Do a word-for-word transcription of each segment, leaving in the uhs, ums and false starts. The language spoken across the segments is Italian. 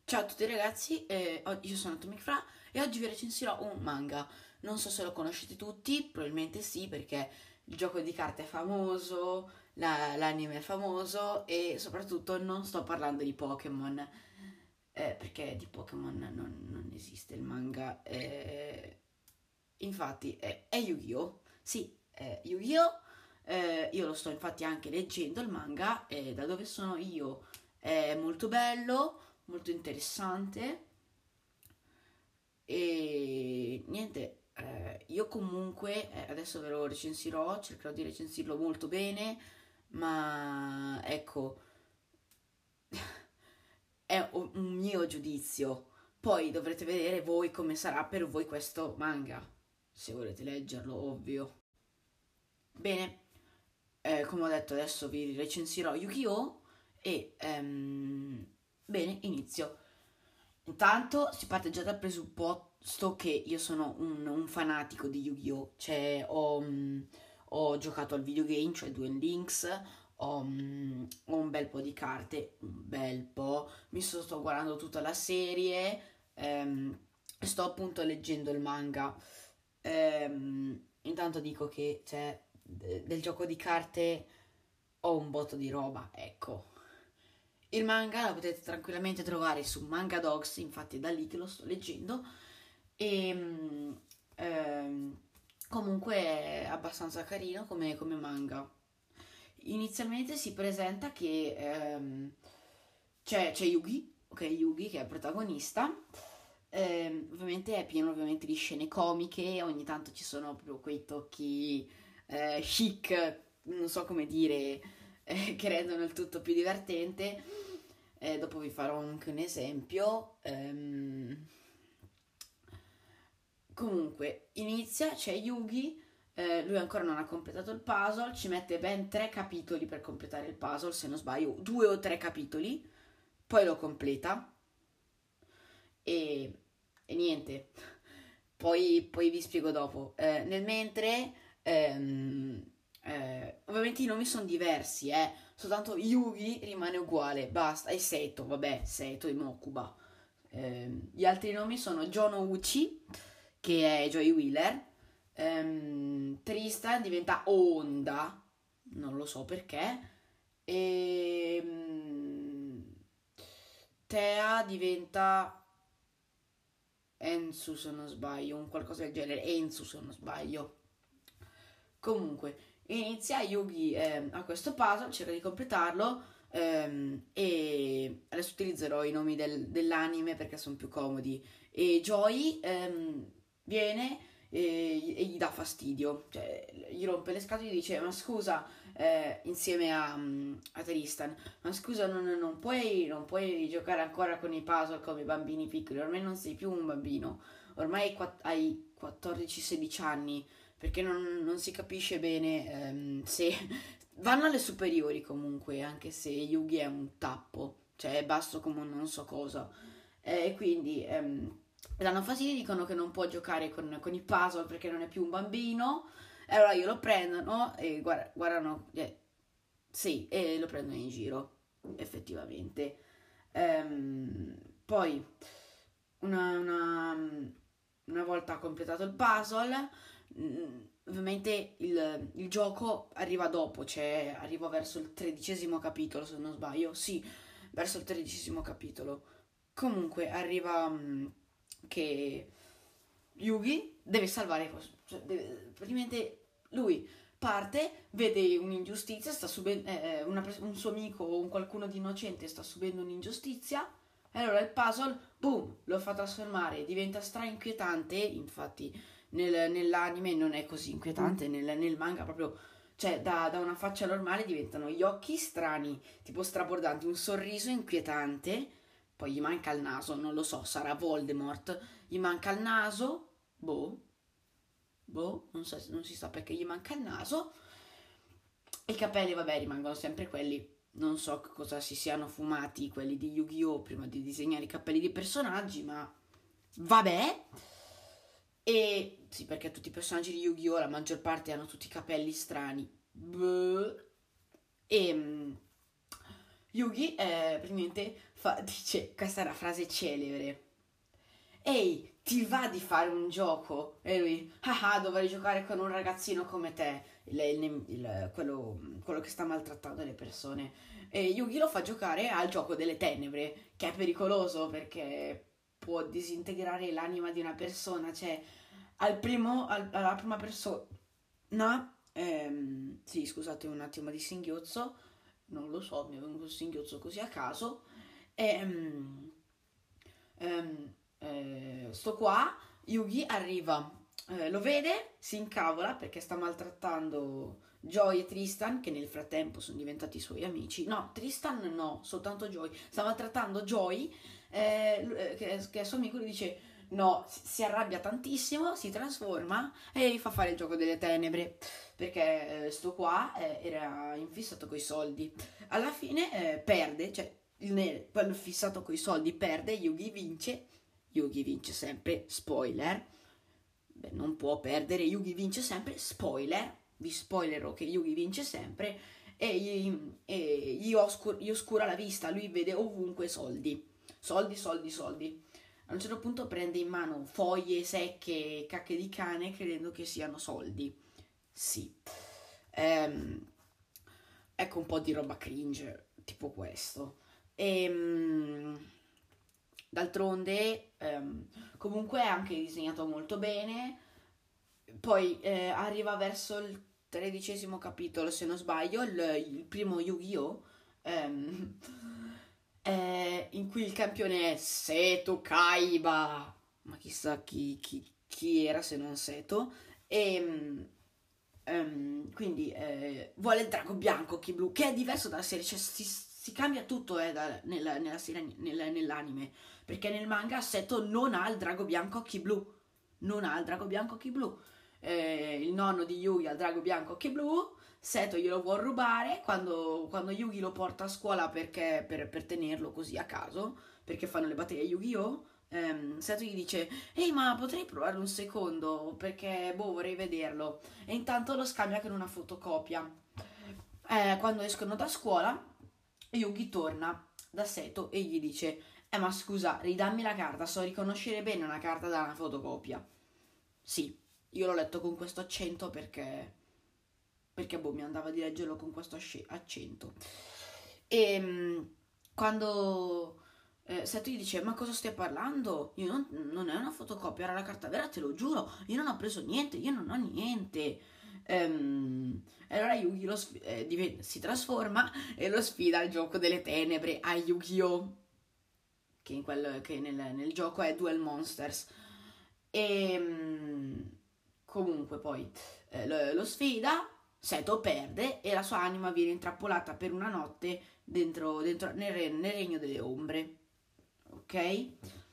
Ciao a tutti ragazzi, eh, oggi- io sono Atomic Fra e oggi vi recensirò un manga. Non so se lo conoscete tutti, probabilmente sì, perché il gioco di carte è famoso, la- l'anime è famoso e soprattutto non sto parlando di Pokémon, eh, perché di Pokémon non, non esiste il manga. eh, infatti è, è Yu-Gi-Oh! Sì, è Yu-Gi-Oh! Eh, io lo sto infatti anche leggendo il manga e da dove sono io è molto bello, molto interessante e niente, eh, io comunque eh, adesso ve lo recensirò, cercherò di recensirlo molto bene, ma ecco, è un un mio giudizio. Poi dovrete vedere voi come sarà per voi questo manga, se volete leggerlo, ovvio. Bene, eh, come ho detto adesso vi recensirò Yu-Gi-Oh! E ehm, bene, inizio. Intanto si parte già dal presupposto che io sono un, un fanatico di Yu-Gi-Oh! Cioè ho, mm, ho giocato al videogame, cioè Duel Links, ho, mm, ho un bel po' di carte, un bel po', mi sto, sto guardando tutta la serie, ehm, sto appunto leggendo il manga. Ehm, intanto dico che c'è de- del gioco di carte ho un botto di roba, ecco. Il manga lo potete tranquillamente trovare su Manga Dogs, infatti è da lì che lo sto leggendo. E mm, ehm, comunque è abbastanza carino come, come manga. Inizialmente si presenta che ehm, c'è, c'è Yugi, ok, Yugi che è il protagonista. Ehm, ovviamente è pieno ovviamente di scene comiche, ogni tanto ci sono proprio quei tocchi eh, chic, non so come dire, eh, che rendono il tutto più divertente. Eh, dopo vi farò anche un esempio. Ehm, comunque, inizia, c'è Yugi, eh, lui ancora non ha completato il puzzle, ci mette ben tre capitoli per completare il puzzle, se non sbaglio, due o tre capitoli, poi lo completa e, e niente. Poi, poi vi spiego dopo. Eh, nel mentre, ehm, eh, ovviamente i nomi sono diversi, eh. Soltanto Yugi rimane uguale, basta. E Seto, vabbè, Seto e Mokuba. Ehm, gli altri nomi sono Jono Uchi, che è Joy Wheeler. Ehm, Tristan diventa Onda, non lo so perché. E Tea diventa Ensu se non sbaglio, un qualcosa del genere, Ensu se non sbaglio. Comunque, inizia Yugi eh, a questo puzzle, cerca di completarlo ehm, e adesso utilizzerò i nomi del- dell'anime perché sono più comodi. E Joy ehm, viene e, e gli dà fastidio, cioè gli rompe le scatole e gli dice ma scusa, eh, insieme a, mm, a Tristan, ma scusa non, non puoi, non puoi giocare ancora con i puzzle come i bambini piccoli, ormai non sei più un bambino, ormai hai quatt- hai quattordici sedici anni perché non, non si capisce bene ehm, se vanno alle superiori comunque, anche se Yugi è un tappo, cioè è basso come un non so cosa. E quindi ehm, danno fastidio, dicono che non può giocare con, con i puzzle perché non è più un bambino. E allora io lo prendono e guarda- guardano, eh, sì, e lo prendono in giro, effettivamente. Ehm, poi, una, una, una volta completato il puzzle, mm, ovviamente il, il gioco arriva dopo, cioè arriva verso il tredicesimo capitolo, se non sbaglio. Sì, verso il tredicesimo capitolo. Comunque arriva mm, che Yugi deve salvare, cioè, deve- praticamente lui parte, vede un'ingiustizia, sta subendo, eh, una pers- un suo amico o un qualcuno di innocente sta subendo un'ingiustizia, e allora il puzzle, boom, lo fa trasformare, diventa stra inquietante, infatti nel- nell'anime non è così inquietante, nel, nel manga proprio, cioè da, da una faccia normale diventano gli occhi strani, tipo strabordanti, un sorriso inquietante, poi gli manca il naso, non lo so, sarà Voldemort, gli manca il naso, boh, boh, non, so, non si sa perché gli manca il naso. I capelli, vabbè, rimangono sempre quelli. Non so cosa si siano fumati quelli di Yu-Gi-Oh! Prima di disegnare i capelli dei personaggi, ma vabbè. E sì, perché tutti i personaggi di Yu-Gi-Oh! La maggior parte hanno tutti i capelli strani. Boh. E Yugi eh, praticamente fa, dice, questa è una frase celebre. Ehi, ti va di fare un gioco? E lui, ah ah, dovrei giocare con un ragazzino come te, il, il- il- quello, quello che sta maltrattando le persone. E Yugi lo fa giocare al gioco delle tenebre, che è pericoloso perché può disintegrare l'anima di una persona, cioè al primo, al- alla prima persona, ehm, sì, scusate un attimo di singhiozzo, non lo so, mi è venuto un singhiozzo così a caso, ehm, ehm, eh, sto qua, Yugi arriva, eh, lo vede, si incavola perché sta maltrattando Joy e Tristan, che nel frattempo sono diventati i suoi amici. No, Tristan no, soltanto Joy. Sta maltrattando Joy, eh, l- eh, che, che è suo amico, gli dice no, si si arrabbia tantissimo, si trasforma e gli fa fare il gioco delle tenebre. Perché eh, sto qua eh, era infissato coi soldi. Alla fine eh, perde, cioè il ne- quello fissato coi soldi perde, Yugi vince. Yugi vince sempre, spoiler. Beh, non può perdere, Yugi vince sempre, spoiler. Vi spoilerò che Yugi vince sempre e gli, e gli, oscur- gli oscura la vista, lui vede ovunque soldi. Soldi, soldi, soldi. A un certo punto prende in mano foglie secche, cacche di cane, credendo che siano soldi. Sì. Ehm, ecco un po' di roba cringe, tipo questo. Ehm, d'altronde, ehm, comunque è anche disegnato molto bene. Poi eh, arriva verso il tredicesimo capitolo, se non sbaglio, il, il primo Yu-Gi-Oh! ehm, eh, in cui il campione è Seto Kaiba. Ma chissà chi, chi- chi era se non Seto. E ehm, quindi eh, vuole il drago bianco, Ki blu, che è diverso dalla serie, cioè si, si cambia tutto eh, da- nella, nella serie, nel- nell'anime, perché nel manga Seto non ha il drago bianco Ki blu, non ha il drago bianco Ki blu. Eh, il nonno di Yugi ha il drago bianco Ki blu, Seto glielo vuol rubare quando, quando Yugi lo porta a scuola perché, per, per tenerlo così a caso, perché fanno le battaglie Yu-Gi-Oh! Ehm, Seto gli dice ehi ma potrei provare un secondo perché boh vorrei vederlo e intanto lo scambia con una fotocopia. Eh, quando escono da scuola, Yugi torna da Seto e gli dice: Eh, ma scusa, ridammi la carta, so riconoscere bene una carta da una fotocopia. Sì, io l'ho letto con questo accento perché. Perché boh, mi andava di leggerlo con questo asce- accento. E mm, quando. Eh, Seto gli dice: Ma cosa stai parlando? Io non, non è una fotocopia, era la carta vera, te lo giuro. Io non ho preso niente, io non ho niente. Ehm, e allora Yugi lo sfi- eh, diven- si trasforma e lo sfida al gioco delle tenebre a Yu-Gi-Oh! Che, in quel, che nel, nel gioco è Duel Monsters. E mm, comunque poi eh, lo, lo sfida, Seto perde e la sua anima viene intrappolata per una notte dentro, dentro nel, re- nel regno delle ombre. Ok?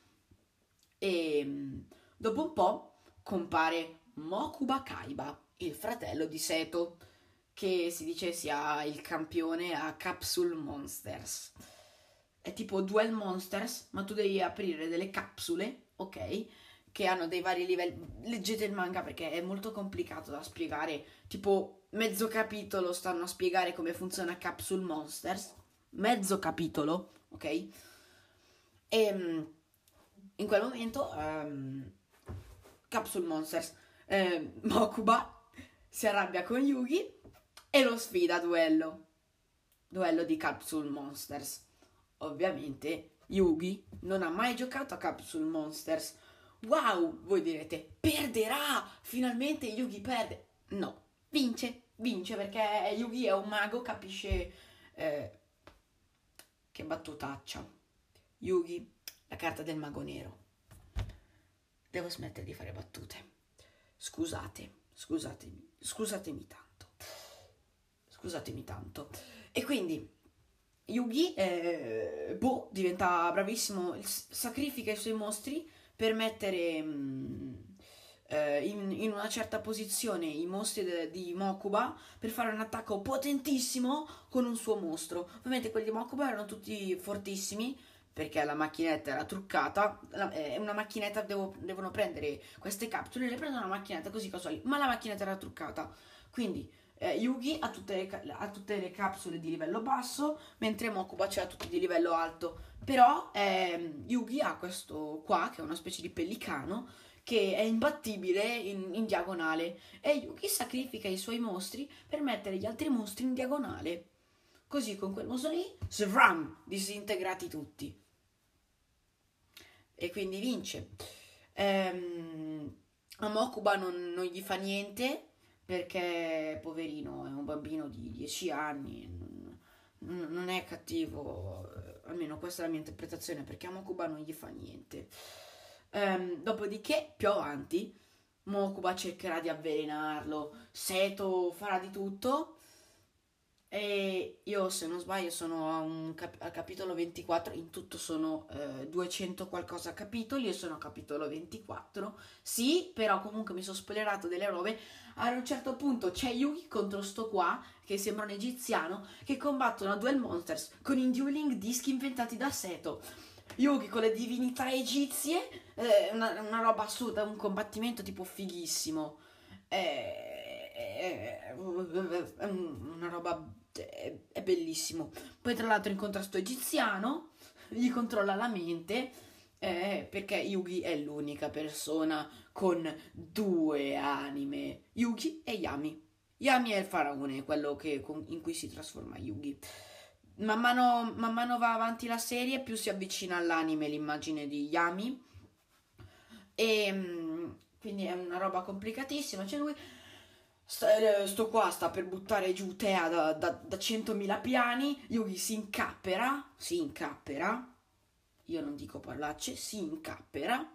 E mm, dopo un po' compare Mokuba Kaiba, il fratello di Seto, che si dice sia il campione a Capsule Monsters. È tipo Duel Monsters, ma tu devi aprire delle capsule, ok? Che hanno dei vari livelli. Leggete il manga perché è molto complicato da spiegare. Tipo, mezzo capitolo stanno a spiegare come funziona Capsule Monsters. Mezzo capitolo, ok? E mm, in quel momento um, Capsule Monsters eh, Mokuba si arrabbia con Yugi e lo sfida a duello. Duello di Capsule Monsters. Ovviamente Yugi non ha mai giocato a Capsule Monsters. Wow, voi direte, perderà! Finalmente Yugi perde. No, vince, vince perché Yugi è un mago, capisce eh, che battutaccia. Yugi, la carta del mago nero. Devo smettere di fare battute. Scusate, scusatemi, scusatemi tanto. Scusatemi tanto. E quindi Yugi, eh, boh, diventa bravissimo, sacrifica i suoi mostri per mettere mh, eh, in, in una certa posizione i mostri de- di Mokuba per fare un attacco potentissimo con un suo mostro. Ovviamente quelli di Mokuba erano tutti fortissimi perché la macchinetta era truccata. La, eh, una macchinetta, devo, devono prendere queste capsule, le prendono una macchinetta così casuali, ma la macchinetta era truccata. Quindi Eh, Yugi ha tutte, le, ca- ha tutte le capsule di livello basso, mentre Mokuba ce l'ha tutte di livello alto. Però ehm, Yugi ha questo qua, che è una specie di pellicano, che è imbattibile in, in diagonale. E Yugi sacrifica i suoi mostri per mettere gli altri mostri in diagonale. Così con quel mostro lì, svram, disintegrati tutti. E quindi vince. Ehm, a Mokuba non, non gli fa niente perché poverino è un bambino di dieci anni, non, non è cattivo, almeno questa è la mia interpretazione, perché a Mokuba non gli fa niente. Ehm, dopodiché più avanti Mokuba cercherà di avvelenarlo, Seto farà di tutto. E io, se non sbaglio, sono a un cap- al capitolo ventiquattro. In tutto sono eh, duecento qualcosa capitoli. Io sono a capitolo ventiquattro. Sì, però comunque mi sono spoilerato delle robe. A un certo punto c'è Yugi contro sto qua, che sembra un egiziano, che combattono a Duel Monsters con i dueling dischi inventati da Seto. Yugi con le divinità egizie, eh, una, una roba assurda, un combattimento tipo fighissimo. È, è- è una roba, è, è bellissimo. Poi tra l'altro incontra sto egiziano, gli controlla la mente, eh, perché Yugi è l'unica persona con due anime, Yugi e Yami. Yami è il faraone, quello che, con- in cui si trasforma Yugi. Man mano, man mano va avanti la serie, più si avvicina all'anime l'immagine di Yami. E mm, quindi è una roba complicatissima. C'è lui, sta- eh, sto qua sta per buttare giù Tea da, da, da centomila piani. Yugi si incappera, si incappera. Io non dico parolacce, si incappera.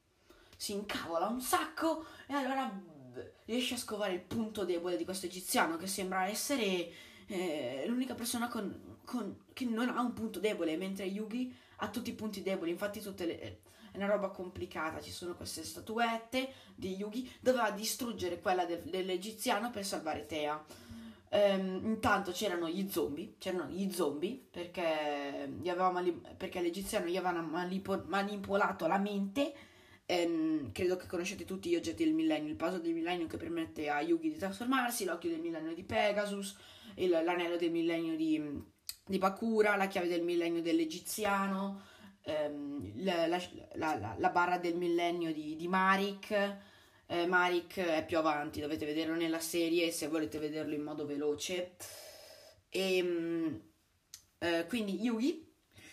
Si incavola un sacco e allora b- riesce a scovare il punto debole di questo egiziano, che sembra essere eh, l'unica persona con, con- che non ha un punto debole, mentre Yugi ha tutti i punti deboli. Infatti tutte le, è una roba complicata, ci sono queste statuette di Yugi, doveva distruggere quella del- dell'egiziano per salvare Tea. Ehm, intanto c'erano gli zombie, c'erano gli zombie perché, gli aveva mali- perché l'egiziano gli aveva manipo- manipolato la mente. Ehm, credo che conoscete tutti gli oggetti del millennio, il puzzle del millennio che permette a Yugi di trasformarsi, l'occhio del millennio di Pegasus, il- l'anello del millennio di, di Bakura, la chiave del millennio dell'egiziano, ehm, la, la- la- la barra del millennio di, di Marik. Eh, Marik è più avanti, dovete vederlo nella serie se volete vederlo in modo veloce. E mm, eh, quindi Yugi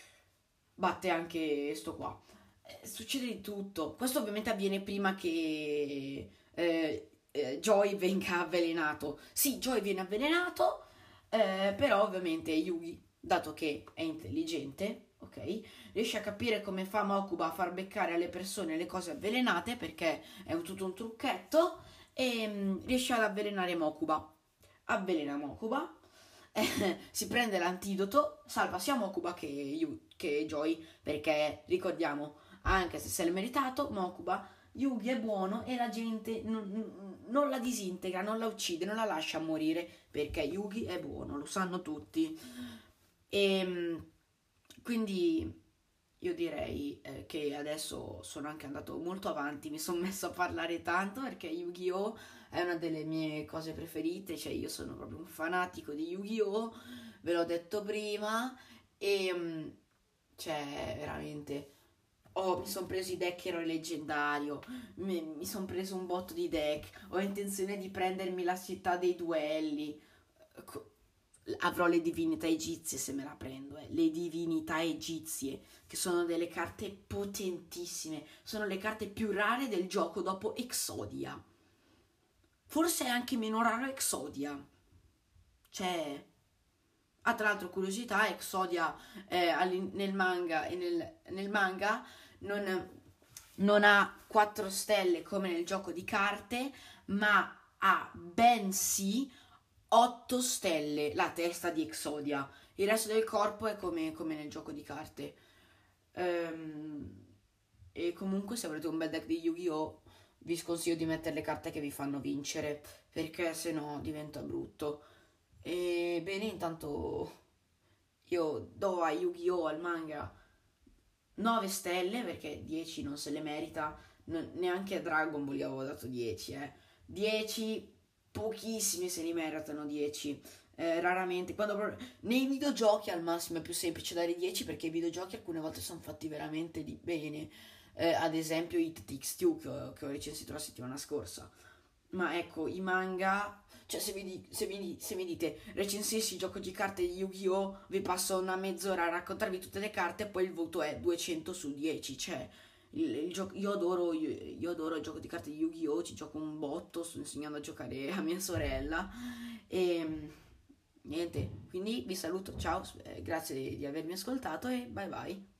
batte anche sto qua. Eh, succede di tutto. Questo ovviamente avviene prima che eh, eh, Joy venga avvelenato. Sì, Joy viene avvelenato, eh, però ovviamente Yugi, dato che è intelligente, ok, riesce a capire come fa Mokuba a far beccare alle persone le cose avvelenate, perché è un, tutto un trucchetto, e mm, riesce ad avvelenare Mokuba. Avvelena Mokuba, eh, si prende l'antidoto, salva sia Mokuba che, Yu- che Joy, perché ricordiamo, anche se se l'è meritato, Mokuba, Yugi è buono e la gente non, non- non la disintegra, non la uccide, non la lascia morire, perché Yugi è buono, lo sanno tutti. E mm, quindi io direi eh, che adesso sono anche andato molto avanti, mi sono messo a parlare tanto perché Yu-Gi-Oh! È una delle mie cose preferite, cioè io sono proprio un fanatico di Yu-Gi-Oh! Ve l'ho detto prima e mm, cioè veramente oh, mi sono preso i deck eroe leggendario, mi, mi sono preso un botto di deck, ho intenzione di prendermi la città dei duelli. Co- Avrò le divinità egizie se me la prendo, eh. Le divinità egizie, che sono delle carte potentissime, sono le carte più rare del gioco dopo Exodia. Forse è anche meno raro Exodia. Cioè, ah, tra l'altro, curiosità, Exodia eh, all'in- nel manga e nel, nel manga non, non ha quattro stelle come nel gioco di carte, ma ha bensì otto stelle la testa di Exodia. Il resto del corpo è come, come nel gioco di carte. Ehm, e comunque, se avrete un bel deck di Yu-Gi-Oh! Vi sconsiglio di mettere le carte che vi fanno vincere, perché se no diventa brutto. E bene, intanto io do a Yu-Gi-Oh! Al manga nove stelle, perché dieci non se le merita, non- neanche a Dragon Ball gli avevo dato dieci, eh. dieci pochissimi se li meritano dieci. Eh, raramente, quando proprio- nei videogiochi al massimo è più semplice dare dieci perché i videogiochi alcune volte sono fatti veramente di bene. Eh, ad esempio It Takes Two che ho, che ho recensito la settimana scorsa. Ma ecco, i manga, cioè se vi, di- se vi di- se mi dite recensisci il gioco di carte di Yu-Gi-Oh! Vi passo una mezz'ora a raccontarvi tutte le carte e poi il voto è duecento su dieci. Cioè, il, il gioco, io, adoro, io, io adoro il gioco di carte di Yu-Gi-Oh! Ci gioco un botto, sto insegnando a giocare a mia sorella. E niente, quindi vi saluto, ciao, eh, grazie di, di avermi ascoltato e bye bye.